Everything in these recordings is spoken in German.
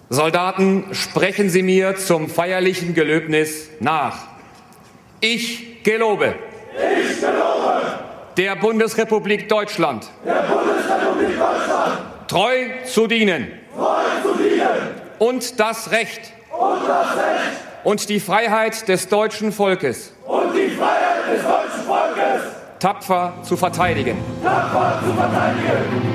Soldaten, sprechen Sie mir zum feierlichen Gelöbnis nach. Ich gelobe. Ich gelobe. Der Bundesrepublik Deutschland. Der Bundesrepublik Deutschland. Treu zu dienen. Treu zu dienen. Und das Recht. Und das Recht. Und die Freiheit des deutschen Volkes. Und die Freiheit des deutschen Volkes. Tapfer zu verteidigen. Tapfer zu verteidigen.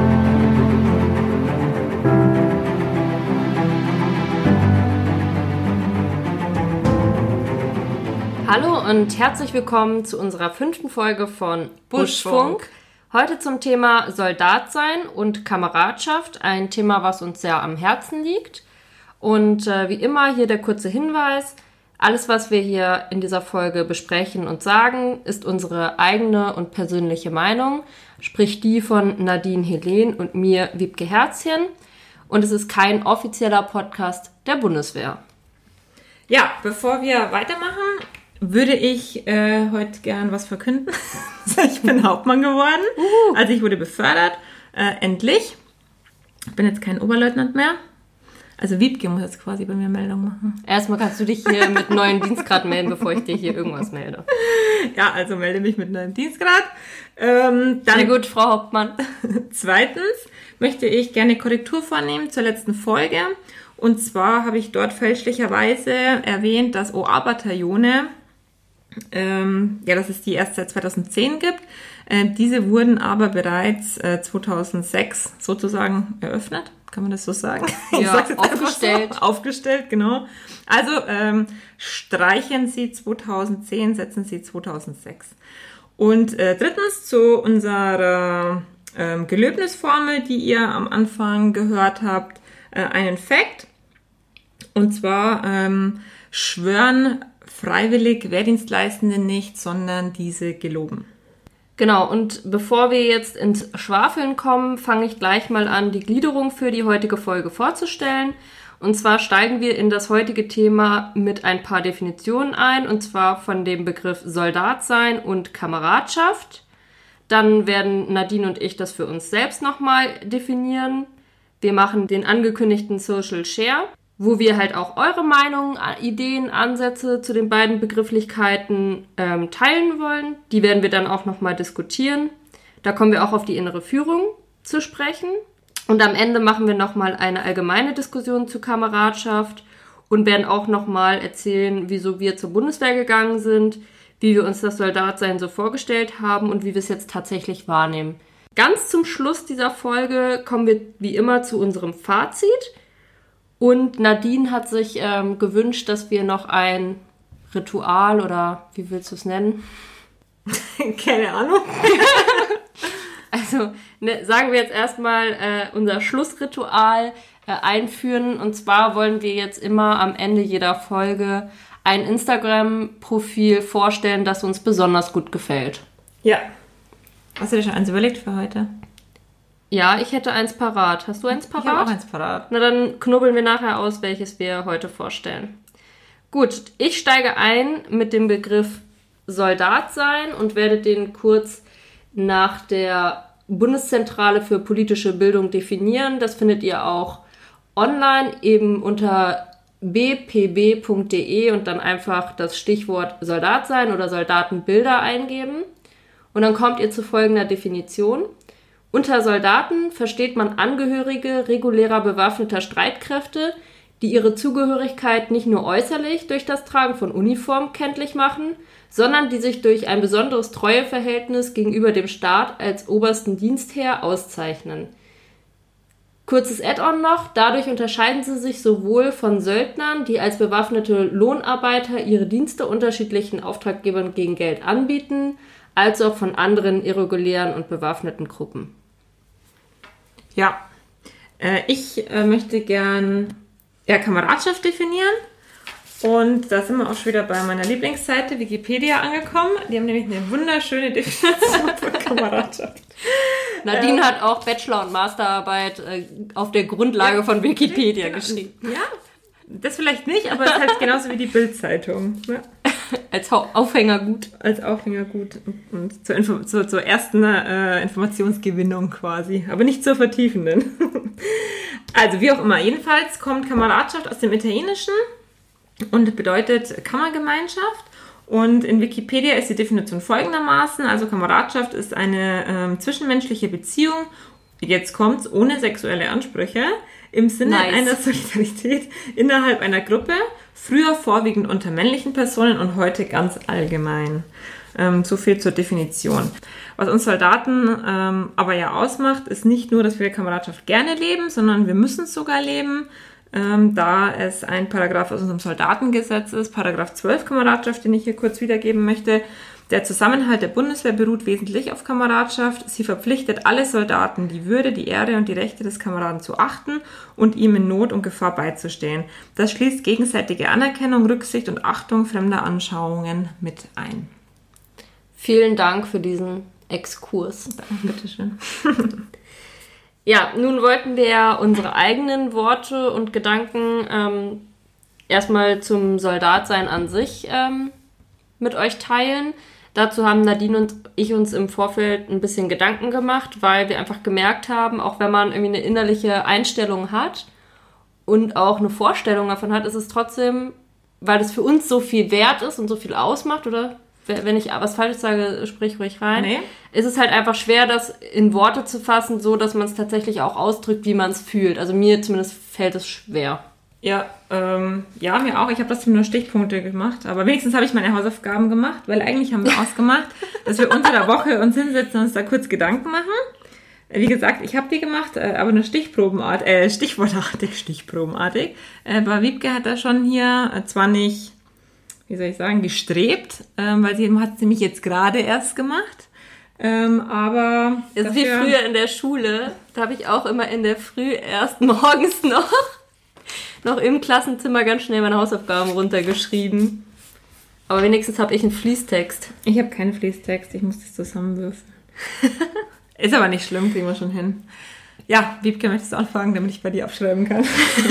Hallo und herzlich willkommen zu unserer 5. Folge von Buschfunk. Heute zum Thema Soldat sein und Kameradschaft, ein Thema, was uns sehr am Herzen liegt. Und wie immer hier der kurze Hinweis, alles, was wir hier in dieser Folge besprechen und sagen, ist unsere eigene und persönliche Meinung, sprich die von Nadine Helen und mir, Wiebke Herzchen. Und es ist kein offizieller Podcast der Bundeswehr. Ja, bevor wir weitermachen, würde ich heute gern was verkünden. Ich bin Hauptmann geworden. Also ich wurde befördert. Endlich. Ich bin jetzt kein Oberleutnant mehr. Also Wiebke muss jetzt quasi bei mir Meldung machen. Erstmal kannst du dich hier mit neuen Dienstgrad melden, bevor ich dir hier irgendwas melde. Ja, also melde mich mit neuem Dienstgrad. Sehr gut, Frau Hauptmann. Zweitens möchte ich gerne Korrektur vornehmen zur letzten Folge. Und zwar habe ich dort fälschlicherweise erwähnt, dass OA-Bataillone, dass es die erst seit 2010 gibt. Diese wurden aber bereits 2006 sozusagen eröffnet. Kann man das so sagen? Ja, aufgestellt. So. Aufgestellt, genau. Also streichen Sie 2010, setzen Sie 2006. Und drittens zu unserer Gelöbnisformel, die ihr am Anfang gehört habt, einen Fact. Und zwar schwören freiwillig Wehrdienstleistende nicht, sondern diese geloben. Genau, und bevor wir jetzt ins Schwafeln kommen, fange ich gleich mal an, die Gliederung für die heutige Folge vorzustellen. Und zwar steigen wir in das heutige Thema mit ein paar Definitionen ein, und zwar von dem Begriff Soldat sein und Kameradschaft. Dann werden Nadine und ich das für uns selbst nochmal definieren. Wir machen den angekündigten Social Share, wo wir halt auch eure Meinungen, Ideen, Ansätze zu den beiden Begrifflichkeiten teilen wollen. Die werden wir dann auch nochmal diskutieren. Da kommen wir auch auf die innere Führung zu sprechen. Und am Ende machen wir nochmal eine allgemeine Diskussion zu Kameradschaft und werden auch nochmal erzählen, wieso wir zur Bundeswehr gegangen sind, wie wir uns das Soldatsein so vorgestellt haben und wie wir es jetzt tatsächlich wahrnehmen. Ganz zum Schluss dieser Folge kommen wir wie immer zu unserem Fazit. Und Nadine hat sich gewünscht, dass wir noch ein Ritual oder wie willst du es nennen? Keine Ahnung. Also sagen wir jetzt erstmal unser Schlussritual einführen. Und zwar wollen wir jetzt immer am Ende jeder Folge ein Instagram-Profil vorstellen, das uns besonders gut gefällt. Ja. Hast du dir schon eins überlegt für heute? Ja, ich hätte eins parat. Hast du eins parat? Ich habe auch eins parat. Na, dann knubbeln wir nachher aus, welches wir heute vorstellen. Gut, ich steige ein mit dem Begriff Soldat sein und werde den kurz nach der Bundeszentrale für politische Bildung definieren. Das findet ihr auch online eben unter bpb.de und dann einfach das Stichwort Soldat sein oder Soldatenbilder eingeben. Und dann kommt ihr zu folgender Definition. Unter Soldaten versteht man Angehörige regulärer bewaffneter Streitkräfte, die ihre Zugehörigkeit nicht nur äußerlich durch das Tragen von Uniform kenntlich machen, sondern die sich durch ein besonderes Treueverhältnis gegenüber dem Staat als obersten Dienstherr auszeichnen. Kurzes Add-on noch, dadurch unterscheiden sie sich sowohl von Söldnern, die als bewaffnete Lohnarbeiter ihre Dienste unterschiedlichen Auftraggebern gegen Geld anbieten, als auch von anderen irregulären und bewaffneten Gruppen. Ja, ich möchte gern Kameradschaft definieren. Und da sind wir auch schon wieder bei meiner Lieblingsseite Wikipedia angekommen. Die haben nämlich eine wunderschöne Definition von Kameradschaft. Nadine hat auch Bachelor- und Masterarbeit auf der Grundlage von Wikipedia geschrieben. Ja, das vielleicht nicht, aber es ist halt genauso wie die Bild-Zeitung. Ja. Als Aufhängergut. Als Aufhängergut und zur ersten Informationsgewinnung quasi, aber nicht zur vertiefenden. Also wie auch immer, jedenfalls kommt Kameradschaft aus dem Italienischen und bedeutet Kammergemeinschaft. Und in Wikipedia ist die Definition folgendermaßen, also Kameradschaft ist eine zwischenmenschliche Beziehung, jetzt kommt's, ohne sexuelle Ansprüche, im Sinne einer Solidarität innerhalb einer Gruppe, früher vorwiegend unter männlichen Personen und heute ganz allgemein. So viel zur Definition. Was uns Soldaten aber ja ausmacht, ist nicht nur, dass wir Kameradschaft gerne leben, sondern wir müssen es sogar leben, da es ein Paragraph aus unserem Soldatengesetz ist, Paragraph 12 Kameradschaft, den ich hier kurz wiedergeben möchte. Der Zusammenhalt der Bundeswehr beruht wesentlich auf Kameradschaft. Sie verpflichtet alle Soldaten, die Würde, die Ehre und die Rechte des Kameraden zu achten und ihm in Not und Gefahr beizustehen. Das schließt gegenseitige Anerkennung, Rücksicht und Achtung fremder Anschauungen mit ein. Vielen Dank für diesen Exkurs. Bitteschön. Ja, nun wollten wir ja unsere eigenen Worte und Gedanken erstmal zum Soldatsein an sich mit euch teilen. Dazu haben Nadine und ich uns im Vorfeld ein bisschen Gedanken gemacht, weil wir einfach gemerkt haben, auch wenn man irgendwie eine innerliche Einstellung hat und auch eine Vorstellung davon hat, ist es trotzdem, weil es für uns so viel wert ist und so viel ausmacht, oder? Wenn ich was Falsches sage, sprich ruhig rein. Nee. Ist es halt einfach schwer, das in Worte zu fassen, so dass man es tatsächlich auch ausdrückt, wie man es fühlt. Also mir zumindest fällt es schwer. Ja, mir auch. Ich habe trotzdem nur Stichpunkte gemacht, aber wenigstens habe ich meine Hausaufgaben gemacht, weil eigentlich haben wir ausgemacht, dass wir unter der Woche uns hinsetzen und uns da kurz Gedanken machen. Wie gesagt, ich habe die gemacht, aber nur stichprobenartig. Aber Wiebke hat da schon hier zwar nicht, wie soll ich sagen, gestrebt, weil sie hat es nämlich jetzt gerade erst gemacht. Aber das ist wie früher in der Schule. Da habe ich auch immer in der Früh erst morgens noch im Klassenzimmer ganz schnell meine Hausaufgaben runtergeschrieben. Aber wenigstens habe ich einen Fließtext. Ich habe keinen Fließtext, ich muss das zusammenwürfeln. Ist aber nicht schlimm, kriegen wir schon hin. Ja, Wiebke, möchtest du anfangen, damit ich bei dir abschreiben kann?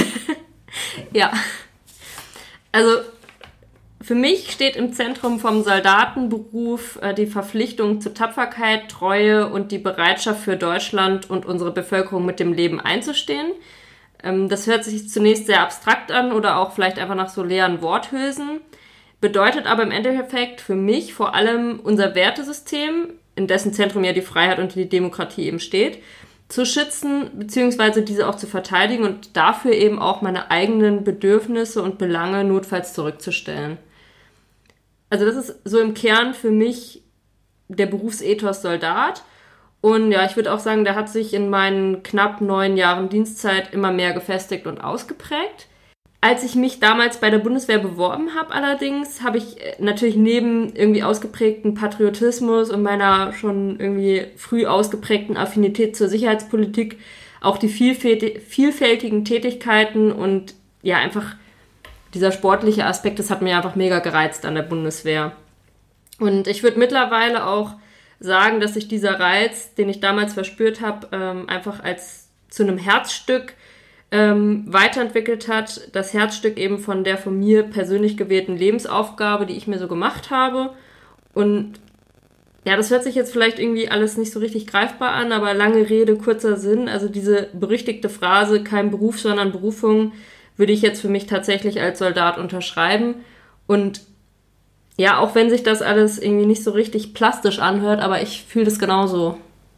Ja. Also für mich steht im Zentrum vom Soldatenberuf die Verpflichtung zur Tapferkeit, Treue und die Bereitschaft für Deutschland und unsere Bevölkerung mit dem Leben einzustehen. Das hört sich zunächst sehr abstrakt an oder auch vielleicht einfach nach so leeren Worthülsen, bedeutet aber im Endeffekt für mich vor allem unser Wertesystem, in dessen Zentrum ja die Freiheit und die Demokratie eben steht, zu schützen bzw. diese auch zu verteidigen und dafür eben auch meine eigenen Bedürfnisse und Belange notfalls zurückzustellen. Also das ist so im Kern für mich der Berufsethos Soldat. Und ja, ich würde auch sagen, der hat sich in meinen knapp 9 Jahren Dienstzeit immer mehr gefestigt und ausgeprägt. Als ich mich damals bei der Bundeswehr beworben habe allerdings, habe ich natürlich neben irgendwie ausgeprägten Patriotismus und meiner schon irgendwie früh ausgeprägten Affinität zur Sicherheitspolitik auch die vielfältigen Tätigkeiten und ja einfach dieser sportliche Aspekt, das hat mir einfach mega gereizt an der Bundeswehr. Und ich würde mittlerweile auch sagen, dass sich dieser Reiz, den ich damals verspürt habe, einfach als zu einem Herzstück weiterentwickelt hat. Das Herzstück eben von der von mir persönlich gewählten Lebensaufgabe, die ich mir so gemacht habe. Und ja, das hört sich jetzt vielleicht irgendwie alles nicht so richtig greifbar an, aber lange Rede, kurzer Sinn. Also diese berüchtigte Phrase, kein Beruf, sondern Berufung, würde ich jetzt für mich tatsächlich als Soldat unterschreiben. Und ja, auch wenn sich das alles irgendwie nicht so richtig plastisch anhört, aber ich fühle das genauso.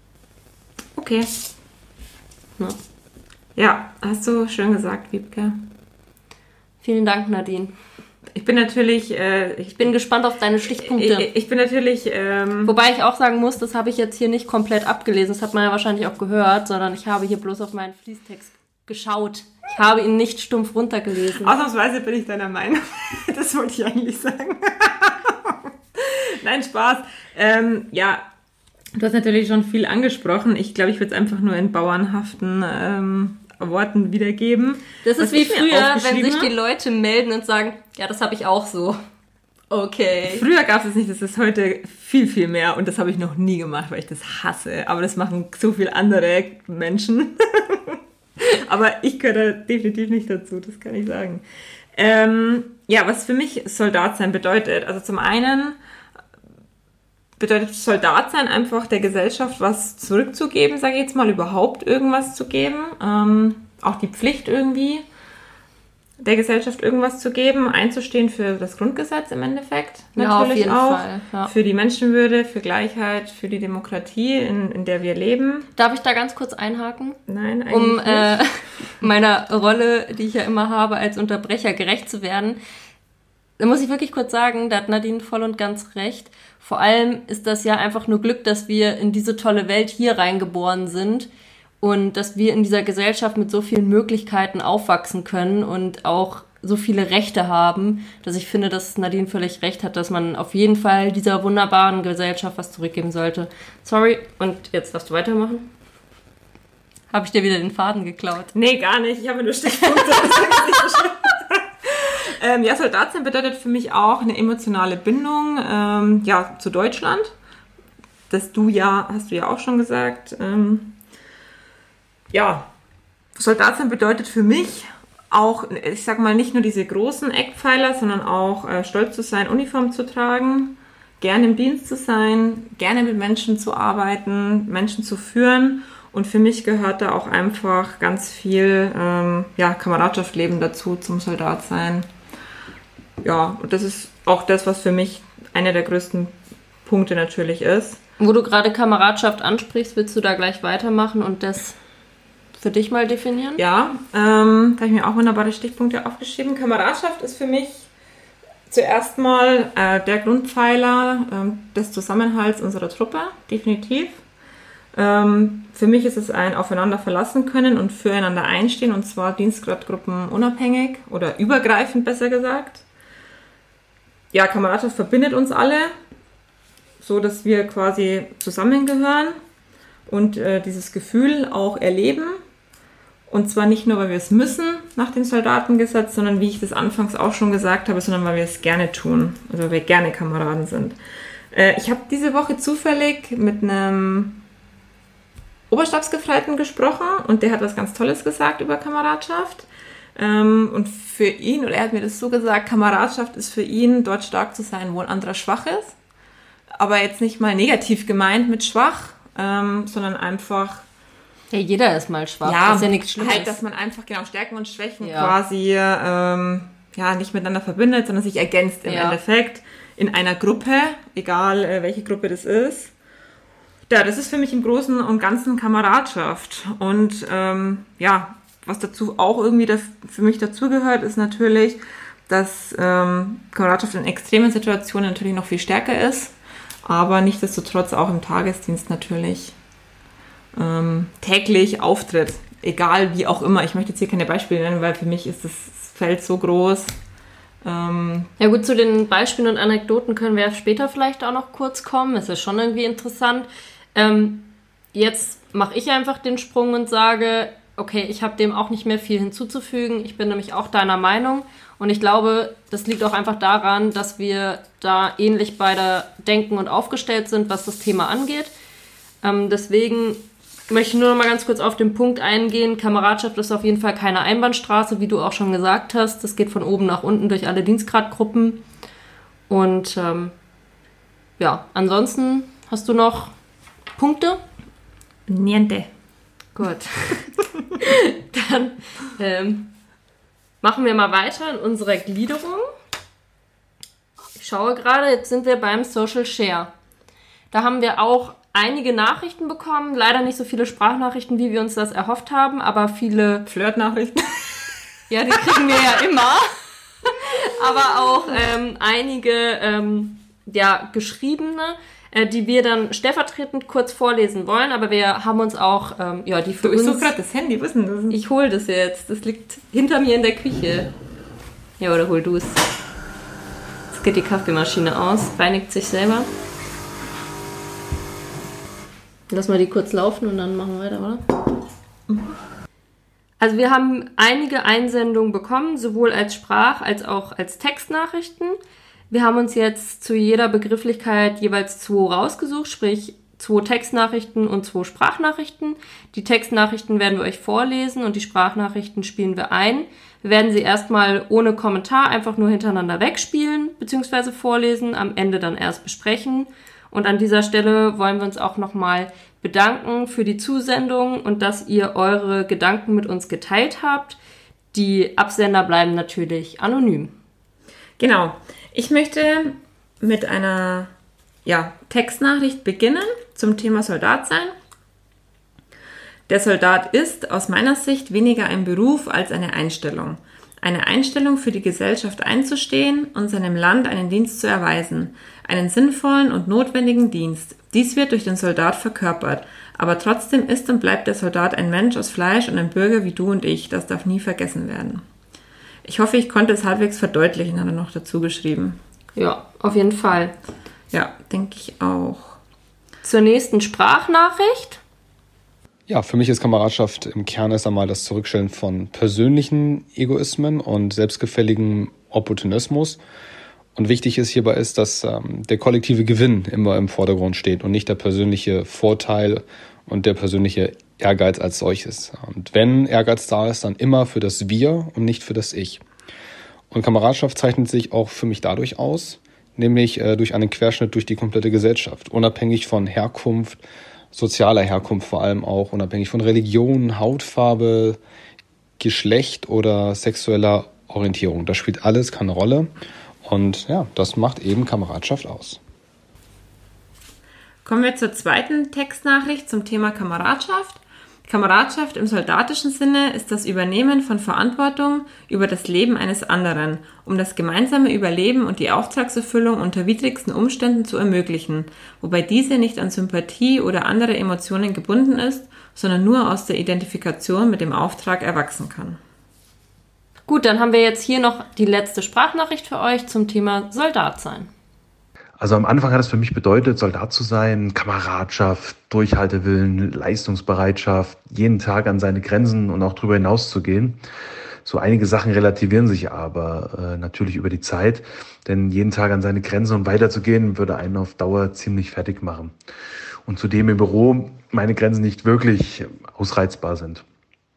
Okay. Ja, hast du schön gesagt, Wiebke. Vielen Dank, Nadine. Ich bin natürlich... ich bin gespannt auf deine Stichpunkte. Ich bin natürlich... Wobei ich auch sagen muss, das habe ich jetzt hier nicht komplett abgelesen. Das hat man ja wahrscheinlich auch gehört, sondern ich habe hier bloß auf meinen Fließtext geschaut. Ich habe ihn nicht stumpf runtergelesen. Ausnahmsweise bin ich deiner Meinung. Das wollte ich eigentlich sagen. Nein, Spaß. Ja, du hast natürlich schon viel angesprochen. Ich glaube, ich würde es einfach nur in bauernhaften Worten wiedergeben. Das ist wie früher, wenn sich die Leute melden und sagen, ja, das habe ich auch so. Okay. Früher gab es das nicht, das ist heute viel, viel mehr und das habe ich noch nie gemacht, weil ich das hasse. Aber das machen so viele andere Menschen. Aber ich gehöre definitiv nicht dazu, das kann ich sagen. Ja, was für mich Soldat sein bedeutet. Also zum einen bedeutet Soldat sein einfach der Gesellschaft was zurückzugeben, sage ich jetzt mal, überhaupt irgendwas zu geben. auch die Pflicht irgendwie, der Gesellschaft irgendwas zu geben, einzustehen für das Grundgesetz im Endeffekt. Ja, auf natürlich jeden auch. Fall, ja. Für die Menschenwürde, für Gleichheit, für die Demokratie, in der wir leben. Darf ich da ganz kurz einhaken? Nein, eigentlich Um nicht. meiner Rolle, die ich ja immer habe, als Unterbrecher gerecht zu werden. Da muss ich wirklich kurz sagen, da hat Nadine voll und ganz recht. Vor allem ist das ja einfach nur Glück, dass wir in diese tolle Welt hier reingeboren sind und dass wir in dieser Gesellschaft mit so vielen Möglichkeiten aufwachsen können und auch so viele Rechte haben, dass ich finde, dass Nadine völlig recht hat, dass man auf jeden Fall dieser wunderbaren Gesellschaft was zurückgeben sollte. Sorry, und jetzt darfst du weitermachen. Habe ich dir wieder den Faden geklaut? Nee, gar nicht. Ich habe nur Stichpunkte. Ja, Soldat sein bedeutet für mich auch eine emotionale Bindung zu Deutschland. Das hast du ja auch schon gesagt. Soldat sein bedeutet für mich auch, ich sag mal, nicht nur diese großen Eckpfeiler, sondern auch stolz zu sein, Uniform zu tragen, gerne im Dienst zu sein, gerne mit Menschen zu arbeiten, Menschen zu führen. Und für mich gehört da auch einfach ganz viel Kameradschaftsleben dazu, zum Soldat sein. Ja, und das ist auch das, was für mich einer der größten Punkte natürlich ist. Wo du gerade Kameradschaft ansprichst, willst du da gleich weitermachen und das für dich mal definieren? Ja, da habe ich mir auch wunderbare Stichpunkte aufgeschrieben. Kameradschaft ist für mich zuerst mal der Grundpfeiler des Zusammenhalts unserer Truppe, definitiv. Für mich ist es ein Aufeinander verlassen können und füreinander einstehen, und zwar Dienstgradgruppen unabhängig oder übergreifend, besser gesagt. Ja, Kameradschaft verbindet uns alle, so dass wir quasi zusammengehören und dieses Gefühl auch erleben. Und zwar nicht nur, weil wir es müssen nach dem Soldatengesetz, sondern wie ich das anfangs auch schon gesagt habe, sondern weil wir es gerne tun, also weil wir gerne Kameraden sind. Ich habe diese Woche zufällig mit einem Oberstabsgefreiten gesprochen und der hat was ganz Tolles gesagt über Kameradschaft. Und für ihn, oder er hat mir das so gesagt, Kameradschaft ist für ihn, dort stark zu sein, wo ein anderer schwach ist. Aber jetzt nicht mal negativ gemeint mit schwach, sondern einfach... Ja, jeder ist mal schwach, Ja, das ist ja nichts Schlimmes. halt, dass man einfach genau Stärken und Schwächen quasi nicht miteinander verbindet, sondern sich ergänzt im Endeffekt in einer Gruppe, egal welche Gruppe das ist. Ja, das ist für mich im Großen und Ganzen Kameradschaft. Und was dazu auch irgendwie für mich dazugehört, ist natürlich, dass Kameradschaft in extremen Situationen natürlich noch viel stärker ist, aber nichtsdestotrotz auch im Tagesdienst natürlich täglich auftritt. Egal wie auch immer. Ich möchte jetzt hier keine Beispiele nennen, weil für mich ist das Feld so groß. Ja gut, zu den Beispielen und Anekdoten können wir später vielleicht auch noch kurz kommen. Es ist schon irgendwie interessant. Jetzt mache ich einfach den Sprung und sage, okay, ich habe dem auch nicht mehr viel hinzuzufügen. Ich bin nämlich auch deiner Meinung. Und ich glaube, das liegt auch einfach daran, dass wir da ähnlich beide denken und aufgestellt sind, was das Thema angeht. Deswegen möchte ich nur noch mal ganz kurz auf den Punkt eingehen. Kameradschaft ist auf jeden Fall keine Einbahnstraße, wie du auch schon gesagt hast. Das geht von oben nach unten durch alle Dienstgradgruppen. Und ansonsten hast du noch Punkte? Niente. Gut. Dann machen wir mal weiter in unserer Gliederung. Ich schaue gerade, jetzt sind wir beim Social Share. Da haben wir auch einige Nachrichten bekommen, leider nicht so viele Sprachnachrichten, wie wir uns das erhofft haben, aber viele Flirtnachrichten. Ja, die kriegen wir ja immer. Aber auch einige geschriebene, die wir dann stellvertretend kurz vorlesen wollen, aber wir haben uns auch die für uns... Ich suche gerade das Handy, wo ist denn das? Ich hole das jetzt, das liegt hinter mir in der Küche. Ja, oder hol du es. Jetzt geht die Kaffeemaschine aus, reinigt sich selber. Lass mal die kurz laufen und dann machen wir weiter, oder? Also wir haben einige Einsendungen bekommen, sowohl als Sprach- als auch als Textnachrichten. Wir haben uns jetzt zu jeder Begrifflichkeit jeweils 2 rausgesucht, sprich 2 Textnachrichten und 2 Sprachnachrichten. Die Textnachrichten werden wir euch vorlesen und die Sprachnachrichten spielen wir ein. Wir werden sie erstmal ohne Kommentar einfach nur hintereinander wegspielen bzw. vorlesen, am Ende dann erst besprechen. Und an dieser Stelle wollen wir uns auch nochmal bedanken für die Zusendung und dass ihr eure Gedanken mit uns geteilt habt. Die Absender bleiben natürlich anonym. Genau. Ich möchte mit einer Textnachricht beginnen zum Thema Soldat sein. Der Soldat ist aus meiner Sicht weniger ein Beruf als eine Einstellung. Eine Einstellung, für die Gesellschaft einzustehen und seinem Land einen Dienst zu erweisen. Einen sinnvollen und notwendigen Dienst. Dies wird durch den Soldat verkörpert. Aber trotzdem ist und bleibt der Soldat ein Mensch aus Fleisch und ein Bürger wie du und ich. Das darf nie vergessen werden. Ich hoffe, ich konnte es halbwegs verdeutlichen, hat er noch dazu geschrieben. Ja, auf jeden Fall. Ja, denke ich auch. Zur nächsten Sprachnachricht. Ja, für mich ist Kameradschaft im Kern erst einmal das Zurückstellen von persönlichen Egoismen und selbstgefälligem Opportunismus. Und wichtig ist hierbei dass der kollektive Gewinn immer im Vordergrund steht und nicht der persönliche Vorteil und der persönliche Ehrgeiz als solches. Und wenn Ehrgeiz da ist, dann immer für das Wir und nicht für das Ich. Und Kameradschaft zeichnet sich auch für mich dadurch aus, nämlich durch einen Querschnitt durch die komplette Gesellschaft, unabhängig von Herkunft, sozialer Herkunft vor allem auch, unabhängig von Religion, Hautfarbe, Geschlecht oder sexueller Orientierung. Das spielt alles keine Rolle und ja, das macht eben Kameradschaft aus. Kommen wir zur zweiten Textnachricht zum Thema Kameradschaft. Kameradschaft im soldatischen Sinne ist das Übernehmen von Verantwortung über das Leben eines anderen, um das gemeinsame Überleben und die Auftragserfüllung unter widrigsten Umständen zu ermöglichen, wobei diese nicht an Sympathie oder andere Emotionen gebunden ist, sondern nur aus der Identifikation mit dem Auftrag erwachsen kann. Gut, dann haben wir jetzt hier noch die letzte Sprachnachricht für euch zum Thema Soldat sein. Also am Anfang hat es für mich bedeutet, Soldat zu sein, Kameradschaft, Durchhaltewillen, Leistungsbereitschaft, jeden Tag an seine Grenzen und auch darüber hinaus zu gehen. So einige Sachen relativieren sich aber natürlich über die Zeit, denn jeden Tag an seine Grenzen und weiterzugehen, würde einen auf Dauer ziemlich fertig machen. Und zudem im Büro meine Grenzen nicht wirklich ausreizbar sind.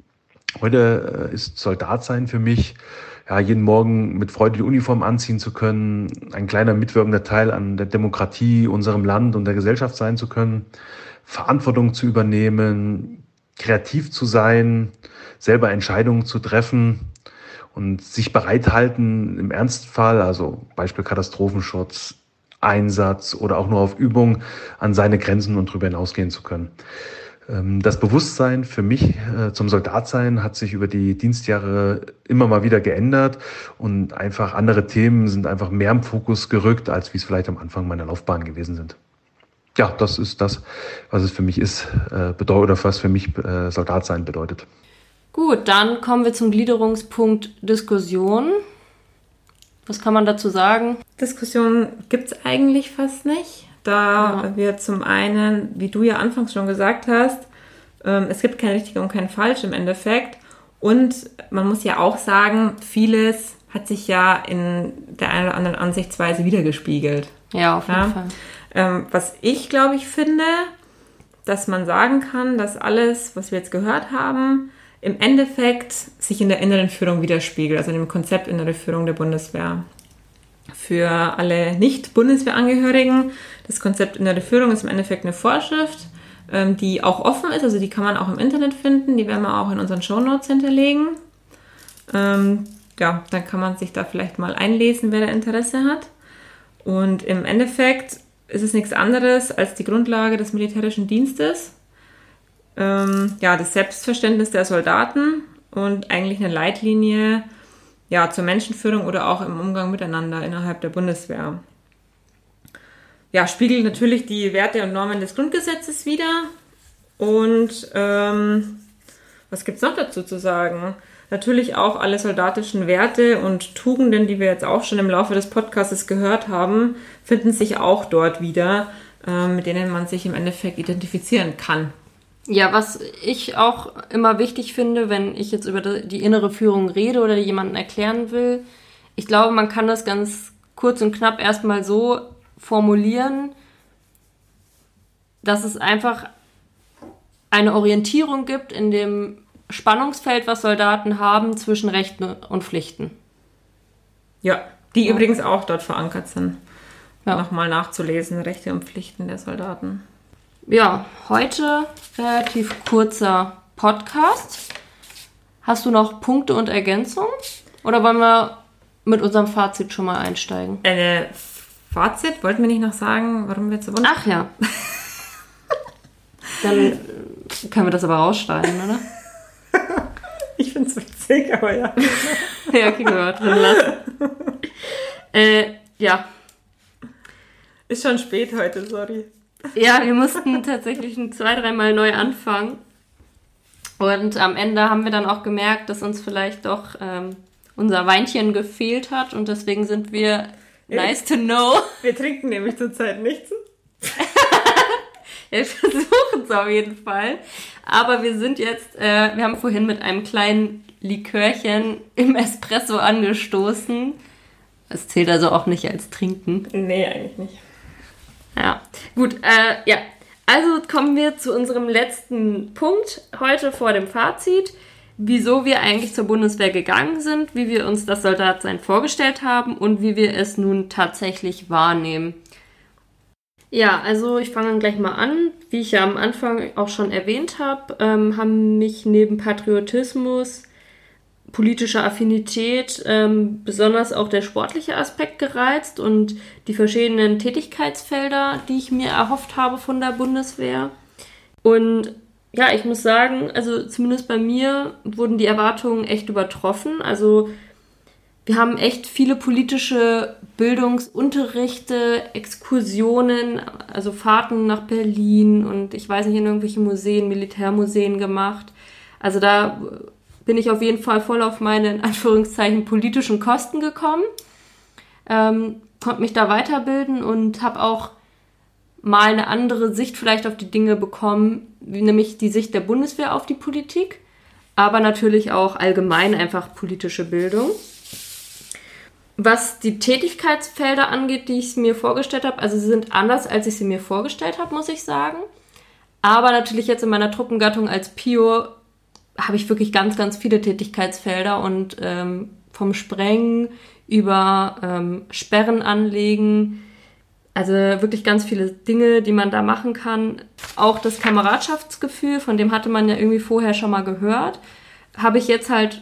Heute ist Soldat sein für mich, jeden Morgen mit Freude die Uniform anziehen zu können, ein kleiner mitwirkender Teil an der Demokratie, unserem Land und der Gesellschaft sein zu können, Verantwortung zu übernehmen, kreativ zu sein, selber Entscheidungen zu treffen und sich bereithalten im Ernstfall, also Beispiel Katastrophenschutz, Einsatz oder auch nur auf Übung an seine Grenzen und darüber hinausgehen zu können. Das Bewusstsein für mich zum Soldatsein hat sich über die Dienstjahre immer mal wieder geändert und einfach andere Themen sind einfach mehr im Fokus gerückt, als wie es vielleicht am Anfang meiner Laufbahn gewesen sind. Ja, das ist das, was es für mich ist, oder was für mich Soldatsein bedeutet. Gut, dann kommen wir zum Gliederungspunkt Diskussion. Was kann man dazu sagen? Diskussion gibt's eigentlich fast nicht. Da wir zum einen, wie du ja anfangs schon gesagt hast, es gibt kein richtig und kein falsch im Endeffekt. Und man muss ja auch sagen, vieles hat sich ja in der einen oder anderen Ansichtsweise wiedergespiegelt. Ja, auf jeden Fall. Was ich, glaube ich, finde, dass man sagen kann, dass alles, was wir jetzt gehört haben, im Endeffekt sich in der inneren Führung widerspiegelt, also dem Konzept innere Führung der Bundeswehr. Für alle Nicht-Bundeswehrangehörigen, das Konzept innere Führung ist im Endeffekt eine Vorschrift, die auch offen ist, also die kann man auch im Internet finden, die werden wir auch in unseren Shownotes hinterlegen. Dann kann man sich da vielleicht mal einlesen, wer da Interesse hat. Und im Endeffekt ist es nichts anderes als die Grundlage des militärischen Dienstes, das Selbstverständnis der Soldaten und eigentlich eine Leitlinie zur Menschenführung oder auch im Umgang miteinander innerhalb der Bundeswehr. Ja, spiegelt natürlich die Werte und Normen des Grundgesetzes wider. Und was gibt's noch dazu zu sagen? Natürlich auch alle soldatischen Werte und Tugenden, die wir jetzt auch schon im Laufe des Podcasts gehört haben, finden sich auch dort wieder, mit denen man sich im Endeffekt identifizieren kann. Ja, was ich auch immer wichtig finde, wenn ich jetzt über die innere Führung rede oder jemanden erklären will, ich glaube, man kann das ganz kurz und knapp erstmal so formulieren, dass es einfach eine Orientierung gibt in dem Spannungsfeld, was Soldaten haben zwischen Rechten und Pflichten. Ja, die übrigens auch dort verankert sind. nochmal nachzulesen, Rechte und Pflichten der Soldaten. Ja, heute relativ kurzer Podcast. Hast du noch Punkte und Ergänzungen? Oder wollen wir mit unserem Fazit schon mal einsteigen? Fazit, wollten wir nicht noch sagen, warum wir zur Bundeswehr... Ach ja. Dann können wir das aber rausschneiden, oder? Ich find's witzig, aber ja. Ja, okay, wir drin lassen. Ja. Ist schon spät heute, sorry. Ja, wir mussten tatsächlich 2-3 Mal neu anfangen. Und am Ende haben wir dann auch gemerkt, dass uns vielleicht doch unser Weinchen gefehlt hat. Und deswegen sind wir nice to know. Wir trinken nämlich zurzeit nichts. Ja, wir versuchen es auf jeden Fall. Aber wir sind jetzt, wir haben vorhin mit einem kleinen Likörchen im Espresso angestoßen. Es zählt also auch nicht als Trinken. Nee, eigentlich nicht. Ja, gut, ja. Also kommen wir zu unserem letzten Punkt heute vor dem Fazit. Wieso wir eigentlich zur Bundeswehr gegangen sind, wie wir uns das Soldatsein vorgestellt haben und wie wir es nun tatsächlich wahrnehmen. Ja, also ich fange gleich mal an. Wie ich ja am Anfang auch schon erwähnt habe, haben mich neben Patriotismus, politischer Affinität, besonders auch der sportliche Aspekt gereizt und die verschiedenen Tätigkeitsfelder, die ich mir erhofft habe von der Bundeswehr. Und ja, ich muss sagen, also zumindest bei mir wurden die Erwartungen echt übertroffen. Also wir haben echt viele politische Bildungsunterrichte, Exkursionen, also Fahrten nach Berlin und ich weiß nicht, in irgendwelche Museen, Militärmuseen gemacht. Also da bin ich auf jeden Fall voll auf meine, in Anführungszeichen, politischen Kosten gekommen. Konnte mich da weiterbilden und habe auch mal eine andere Sicht vielleicht auf die Dinge bekommen, wie nämlich die Sicht der Bundeswehr auf die Politik, aber natürlich auch allgemein einfach politische Bildung. Was die Tätigkeitsfelder angeht, die ich mir vorgestellt habe, also sie sind anders, als ich sie mir vorgestellt habe, muss ich sagen. Aber natürlich jetzt in meiner Truppengattung als Pio habe ich wirklich ganz, ganz viele Tätigkeitsfelder und vom Sprengen über Sperren anlegen, also wirklich ganz viele Dinge, die man da machen kann. Auch das Kameradschaftsgefühl, von dem hatte man ja irgendwie vorher schon mal gehört, habe ich jetzt halt,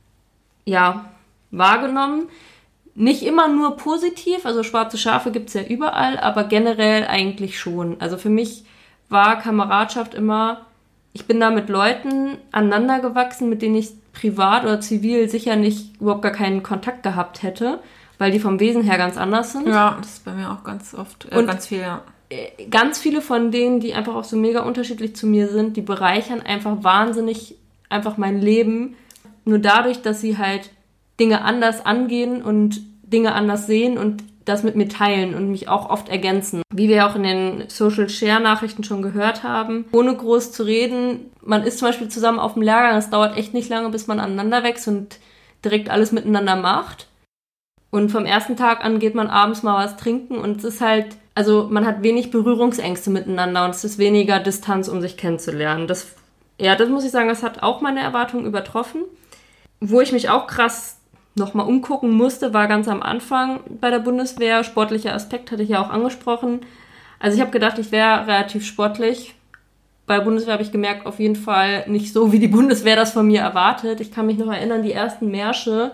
ja, wahrgenommen. Nicht immer nur positiv, also schwarze Schafe gibt es ja überall, aber generell eigentlich schon. Also für mich war Kameradschaft immer, ich bin da mit Leuten aneinander gewachsen, mit denen ich privat oder zivil sicher nicht überhaupt gar keinen Kontakt gehabt hätte, weil die vom Wesen her ganz anders sind. Ja, das ist bei mir auch ganz oft, Und ganz viel, ja. Ganz viele von denen, die einfach auch so mega unterschiedlich zu mir sind, die bereichern einfach wahnsinnig einfach mein Leben. Nur dadurch, dass sie halt Dinge anders angehen und Dinge anders sehen und das mit mir teilen und mich auch oft ergänzen. Wie wir auch in den Social-Share-Nachrichten schon gehört haben, ohne groß zu reden, man ist zum Beispiel zusammen auf dem Lehrgang, es dauert echt nicht lange, bis man aneinander wächst und direkt alles miteinander macht. Und vom ersten Tag an geht man abends mal was trinken und es ist halt, also man hat wenig Berührungsängste miteinander und es ist weniger Distanz, um sich kennenzulernen. Das muss ich sagen, das hat auch meine Erwartungen übertroffen. Wo ich mich auch krass nochmal umgucken musste, war ganz am Anfang bei der Bundeswehr. Sportlicher Aspekt hatte ich ja auch angesprochen. Also ich habe gedacht, ich wäre relativ sportlich. Bei der Bundeswehr habe ich gemerkt, auf jeden Fall nicht so, wie die Bundeswehr das von mir erwartet. Ich kann mich noch erinnern, die ersten Märsche,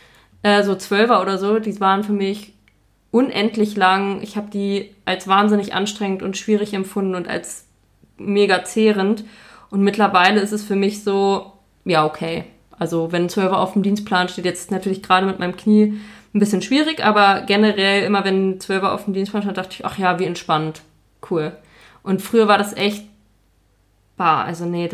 so 12er oder so, die waren für mich unendlich lang. Ich habe die als wahnsinnig anstrengend und schwierig empfunden und als mega zehrend. Und mittlerweile ist es für mich so, ja, okay. Also wenn 12er auf dem Dienstplan steht, jetzt natürlich gerade mit meinem Knie ein bisschen schwierig, aber generell immer wenn 12er auf dem Dienstplan stand, dachte ich, ach ja, wie entspannt, cool. Und früher war das echt, also nee,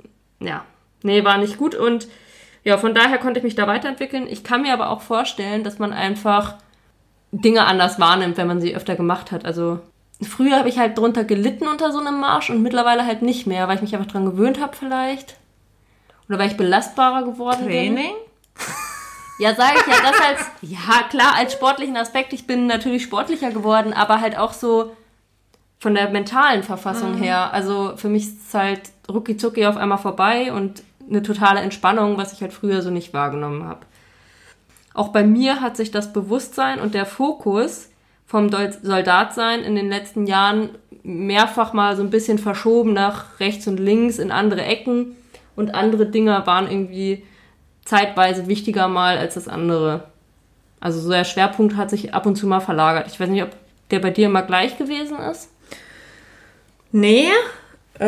war nicht gut und ja, von daher konnte ich mich da weiterentwickeln. Ich kann mir aber auch vorstellen, dass man einfach Dinge anders wahrnimmt, wenn man sie öfter gemacht hat. Also früher habe ich halt drunter gelitten unter so einem Marsch und mittlerweile halt nicht mehr, weil ich mich einfach dran gewöhnt habe vielleicht. Oder weil ich belastbarer geworden bin. Training? Ja, sage ich ja, das ja klar, als sportlichen Aspekt, ich bin natürlich sportlicher geworden, aber halt auch so von der mentalen Verfassung her. Also für mich ist es halt rucki-zucki auf einmal vorbei und eine totale Entspannung, was ich halt früher so nicht wahrgenommen habe. Auch bei mir hat sich das Bewusstsein und der Fokus vom Soldatsein in den letzten Jahren mehrfach mal so ein bisschen verschoben nach rechts und links in andere Ecken und andere Dinger waren irgendwie zeitweise wichtiger mal als das andere. Also so der Schwerpunkt hat sich ab und zu mal verlagert. Ich weiß nicht, ob der bei dir immer gleich gewesen ist? Nee, ich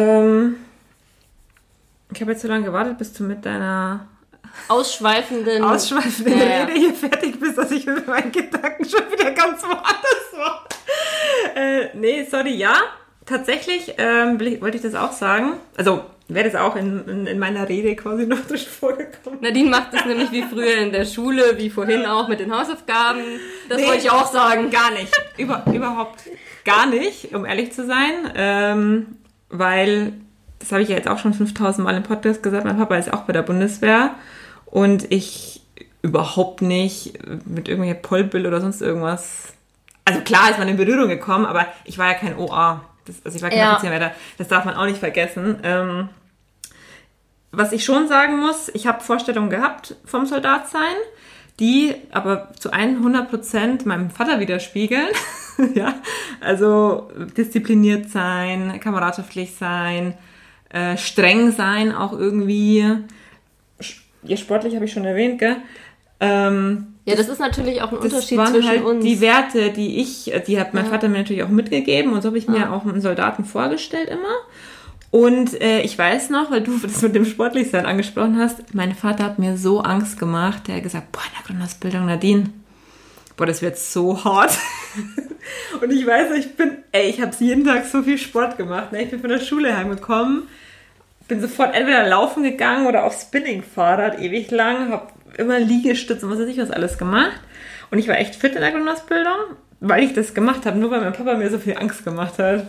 habe jetzt so lange gewartet, bis du mit deiner ausschweifenden Rede hier fertig bist, dass ich mit meinen Gedanken schon wieder ganz woanders war. Nee, sorry, ja. Tatsächlich wollte ich das auch sagen. Also wäre das auch in meiner Rede quasi noch durch vorgekommen. Nadine macht es nämlich wie früher in der Schule, wie vorhin auch mit den Hausaufgaben. Das wollte ich auch sagen. Gar nicht. Überhaupt gar nicht, um ehrlich zu sein. Weil, das habe ich ja jetzt auch schon 5000 Mal im Podcast gesagt, mein Papa ist auch bei der Bundeswehr. Und ich überhaupt nicht mit irgendwelchen Polbill oder sonst irgendwas. Also klar ist man in Berührung gekommen, aber ich war ja kein OA. Also ich war kein Offizierwärter. Das darf man auch nicht vergessen. Was ich schon sagen muss, ich habe Vorstellungen gehabt vom Soldatsein, die aber zu 100% meinem Vater widerspiegeln. Ja, also diszipliniert sein, kameradschaftlich sein, streng sein auch irgendwie. Ja, sportlich habe ich schon erwähnt, gell? Ja, das ist natürlich auch ein Unterschied waren zwischen halt uns. Die Werte, die hat mein Vater mir natürlich auch mitgegeben und so habe ich mir auch einen Soldaten vorgestellt immer. Und ich weiß noch, weil du das mit dem Sportlichsein angesprochen hast, mein Vater hat mir so Angst gemacht, der hat gesagt, boah, in der Grundausbildung, Nadine, boah, das wird so hart. Und ich weiß, ich habe jeden Tag so viel Sport gemacht. Ne? Ich bin von der Schule heimgekommen, bin sofort entweder laufen gegangen oder auf Spinning-Fahrrad ewig lang, habe immer Liegestütze und was weiß ich was alles gemacht. Und ich war echt fit in der Grundausbildung, weil ich das gemacht habe, nur weil mein Papa mir so viel Angst gemacht hat.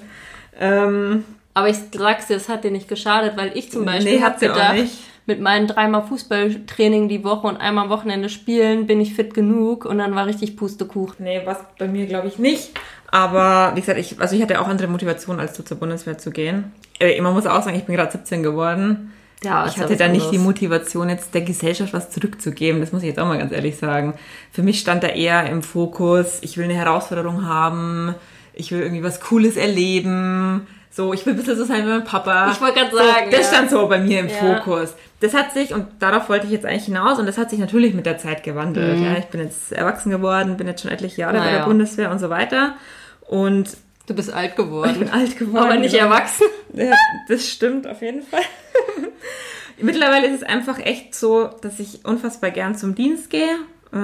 Aber ich sag's dir, es hat dir nicht geschadet, weil ich zum Beispiel hab gedacht, mit meinen 3-mal Fußballtraining die Woche und einmal am Wochenende spielen, bin ich fit genug und dann war richtig Pustekuchen. Nee, was bei mir glaube ich nicht. Aber wie gesagt, ich hatte auch andere Motivationen, als zur Bundeswehr zu gehen. Man muss auch sagen, ich bin gerade 17 geworden. Ja, ich hatte da nicht die Motivation, jetzt der Gesellschaft was zurückzugeben. Das muss ich jetzt auch mal ganz ehrlich sagen. Für mich stand da eher im Fokus, ich will eine Herausforderung haben, ich will irgendwie was Cooles erleben. So, ich will ein bisschen so sein wie mein Papa. Ich wollte gerade sagen, das stand so bei mir im Fokus. Das hat sich, und darauf wollte ich jetzt eigentlich hinaus, und das hat sich natürlich mit der Zeit gewandelt. Ja, ich bin jetzt erwachsen geworden, bin jetzt schon etliche Jahre bei der Bundeswehr und so weiter. Und du bist alt geworden. Ich bin alt geworden. Aber nicht erwachsen. Ja, das stimmt auf jeden Fall. Mittlerweile ist es einfach echt so, dass ich unfassbar gern zum Dienst gehe.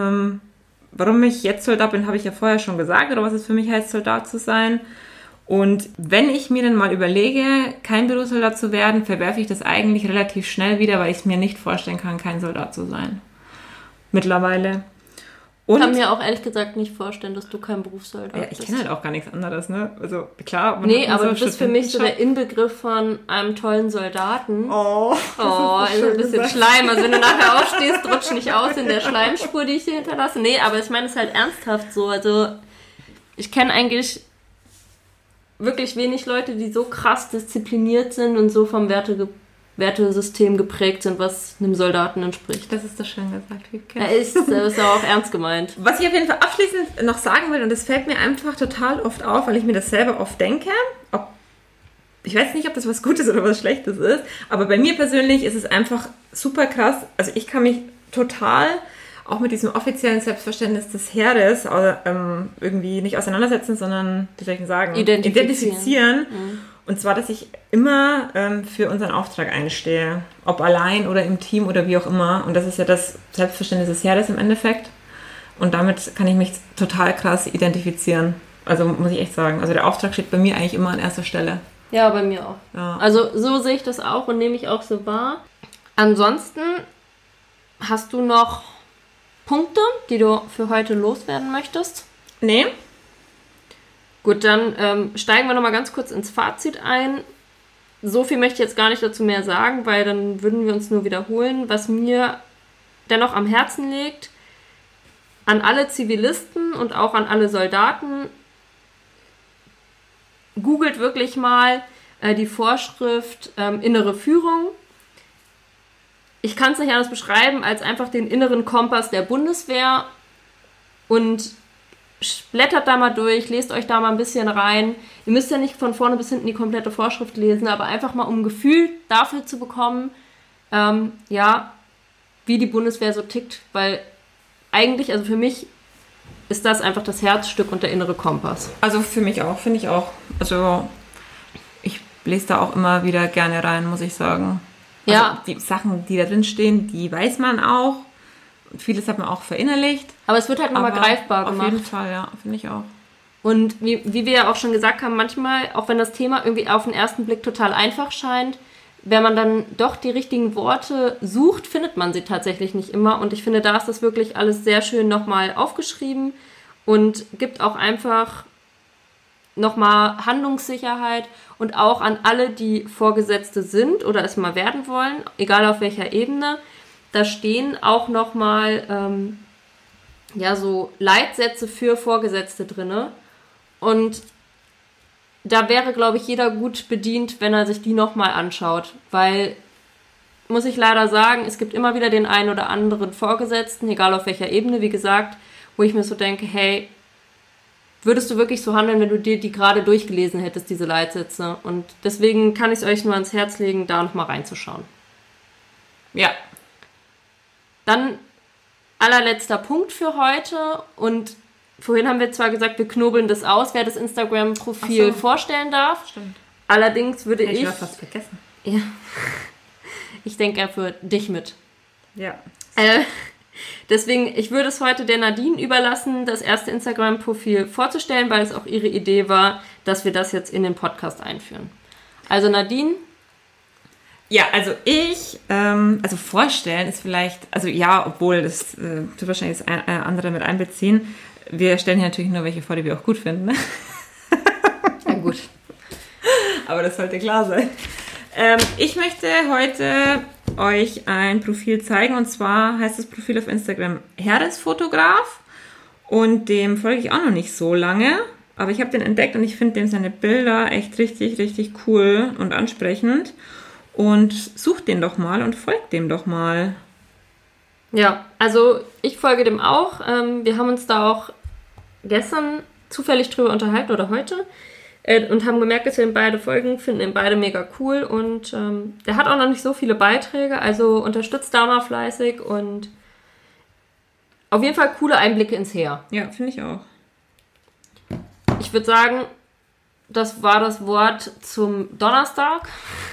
Warum ich jetzt Soldat bin, habe ich ja vorher schon gesagt, oder was es für mich heißt, Soldat zu sein. Und wenn ich mir dann mal überlege, kein Berufssoldat zu werden, verwerfe ich das eigentlich relativ schnell wieder, weil ich es mir nicht vorstellen kann, kein Soldat zu sein. Mittlerweile. Und ich kann mir auch ehrlich gesagt nicht vorstellen, dass du kein Berufssoldat bist. Ja, ich kenne halt auch gar nichts anderes, ne? Also klar. Nee, aber du bist für mich so der Inbegriff von einem tollen Soldaten. Oh, ist ein bisschen Schleim. Also wenn du nachher aufstehst, rutsch nicht aus in der Schleimspur, die ich hier hinterlasse. Nee, aber ich meine es halt ernsthaft so. Also ich kenne eigentlich wirklich wenig Leute, die so krass diszipliniert sind und so vom Wertesystem geprägt sind, was einem Soldaten entspricht. Das ist doch schön gesagt. Das ist auch ernst gemeint. Was ich auf jeden Fall abschließend noch sagen will, und das fällt mir einfach total oft auf, weil ich mir das selber oft denke, ich weiß nicht, ob das was Gutes oder was Schlechtes ist, aber bei mir persönlich ist es einfach super krass. Also ich kann mich total auch mit diesem offiziellen Selbstverständnis des Heeres irgendwie nicht auseinandersetzen, sondern, wie soll ich denn sagen, identifizieren. Mhm. Und zwar, dass ich immer für unseren Auftrag einstehe. Ob allein oder im Team oder wie auch immer. Und das ist ja das Selbstverständnis des Heeres im Endeffekt. Und damit kann ich mich total krass identifizieren. Also muss ich echt sagen. Also der Auftrag steht bei mir eigentlich immer an erster Stelle. Ja, bei mir auch. Ja. Also so sehe ich das auch und nehme ich auch so wahr. Ansonsten hast du noch Punkte, die du für heute loswerden möchtest? Nee. Gut, dann steigen wir nochmal ganz kurz ins Fazit ein. So viel möchte ich jetzt gar nicht dazu mehr sagen, weil dann würden wir uns nur wiederholen. Was mir dennoch am Herzen liegt, an alle Zivilisten und auch an alle Soldaten, googelt wirklich mal die Vorschrift innere Führung. Ich kann es nicht anders beschreiben als einfach den inneren Kompass der Bundeswehr und blättert da mal durch, lest euch da mal ein bisschen rein. Ihr müsst ja nicht von vorne bis hinten die komplette Vorschrift lesen, aber einfach mal um ein Gefühl dafür zu bekommen, wie die Bundeswehr so tickt, weil eigentlich, also für mich ist das einfach das Herzstück und der innere Kompass. Also für mich auch, finde ich auch. Also ich lese da auch immer wieder gerne rein, muss ich sagen. Also Ja. die Sachen, die da drin stehen, die weiß man auch. Und vieles hat man auch verinnerlicht. Aber es wird halt nochmal Aber greifbar gemacht. Auf jeden Fall, ja, finde ich auch. Und wie wir ja auch schon gesagt haben, manchmal, auch wenn das Thema irgendwie auf den ersten Blick total einfach scheint, wenn man dann doch die richtigen Worte sucht, findet man sie tatsächlich nicht immer. Und ich finde, da ist das wirklich alles sehr schön nochmal aufgeschrieben und gibt auch einfach nochmal Handlungssicherheit und auch an alle, die Vorgesetzte sind oder es mal werden wollen, egal auf welcher Ebene. Da stehen auch nochmal so Leitsätze für Vorgesetzte drinne. Und da wäre, glaube ich, jeder gut bedient, wenn er sich die nochmal anschaut. Weil, muss ich leider sagen, es gibt immer wieder den einen oder anderen Vorgesetzten, egal auf welcher Ebene, wie gesagt, wo ich mir so denke, hey, würdest du wirklich so handeln, wenn du dir die gerade durchgelesen hättest, diese Leitsätze? Und deswegen kann ich es euch nur ans Herz legen, da nochmal reinzuschauen. Ja. Dann allerletzter Punkt für heute. Und vorhin haben wir zwar gesagt, wir knobeln das aus, wer das Instagram-Profil vorstellen darf. Stimmt. Allerdings würde Ich habe fast vergessen. Ja. Ich denke ja für dich mit. Ja. Deswegen, ich würde es heute der Nadine überlassen, das erste Instagram-Profil vorzustellen, weil es auch ihre Idee war, dass wir das jetzt in den Podcast einführen. Also Nadine. Ja, also also vorstellen ist vielleicht, also ja, obwohl das tut wahrscheinlich das andere mit einbeziehen. Wir stellen hier natürlich nur welche vor, die wir auch gut finden. Ne? Ja, gut. Aber das sollte klar sein. Ich möchte heute euch ein Profil zeigen, und zwar heißt das Profil auf Instagram Heeresfotograf, und dem folge ich auch noch nicht so lange, aber ich habe den entdeckt und ich finde dem seine Bilder echt richtig, richtig cool und ansprechend, und sucht den doch mal und folgt dem doch mal. Ja, also ich folge dem auch. Wir haben uns da auch gestern zufällig drüber unterhalten oder heute und haben gemerkt, dass wir ihn beide folgen, finden ihn beide mega cool, und der hat auch noch nicht so viele Beiträge, also unterstützt da mal fleißig und auf jeden Fall coole Einblicke ins Heer. Ja, finde ich auch. Ich würde sagen, das war das Wort zum Donnerstag.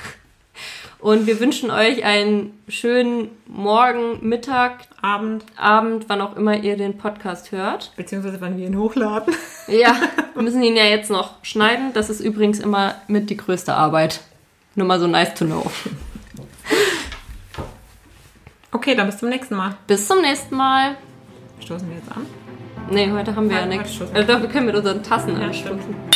Und wir wünschen euch einen schönen Morgen, Mittag, Abend, wann auch immer ihr den Podcast hört. Beziehungsweise wann wir ihn hochladen. Ja, wir müssen ihn ja jetzt noch schneiden. Das ist übrigens immer mit die größte Arbeit. Nur mal so nice to know. Okay, dann bis zum nächsten Mal. Bis zum nächsten Mal. Stoßen wir jetzt an? Nee, heute haben wir ja nichts. Stoßen. Doch, wir können mit unseren Tassen Ja, anstoßen. stimmt.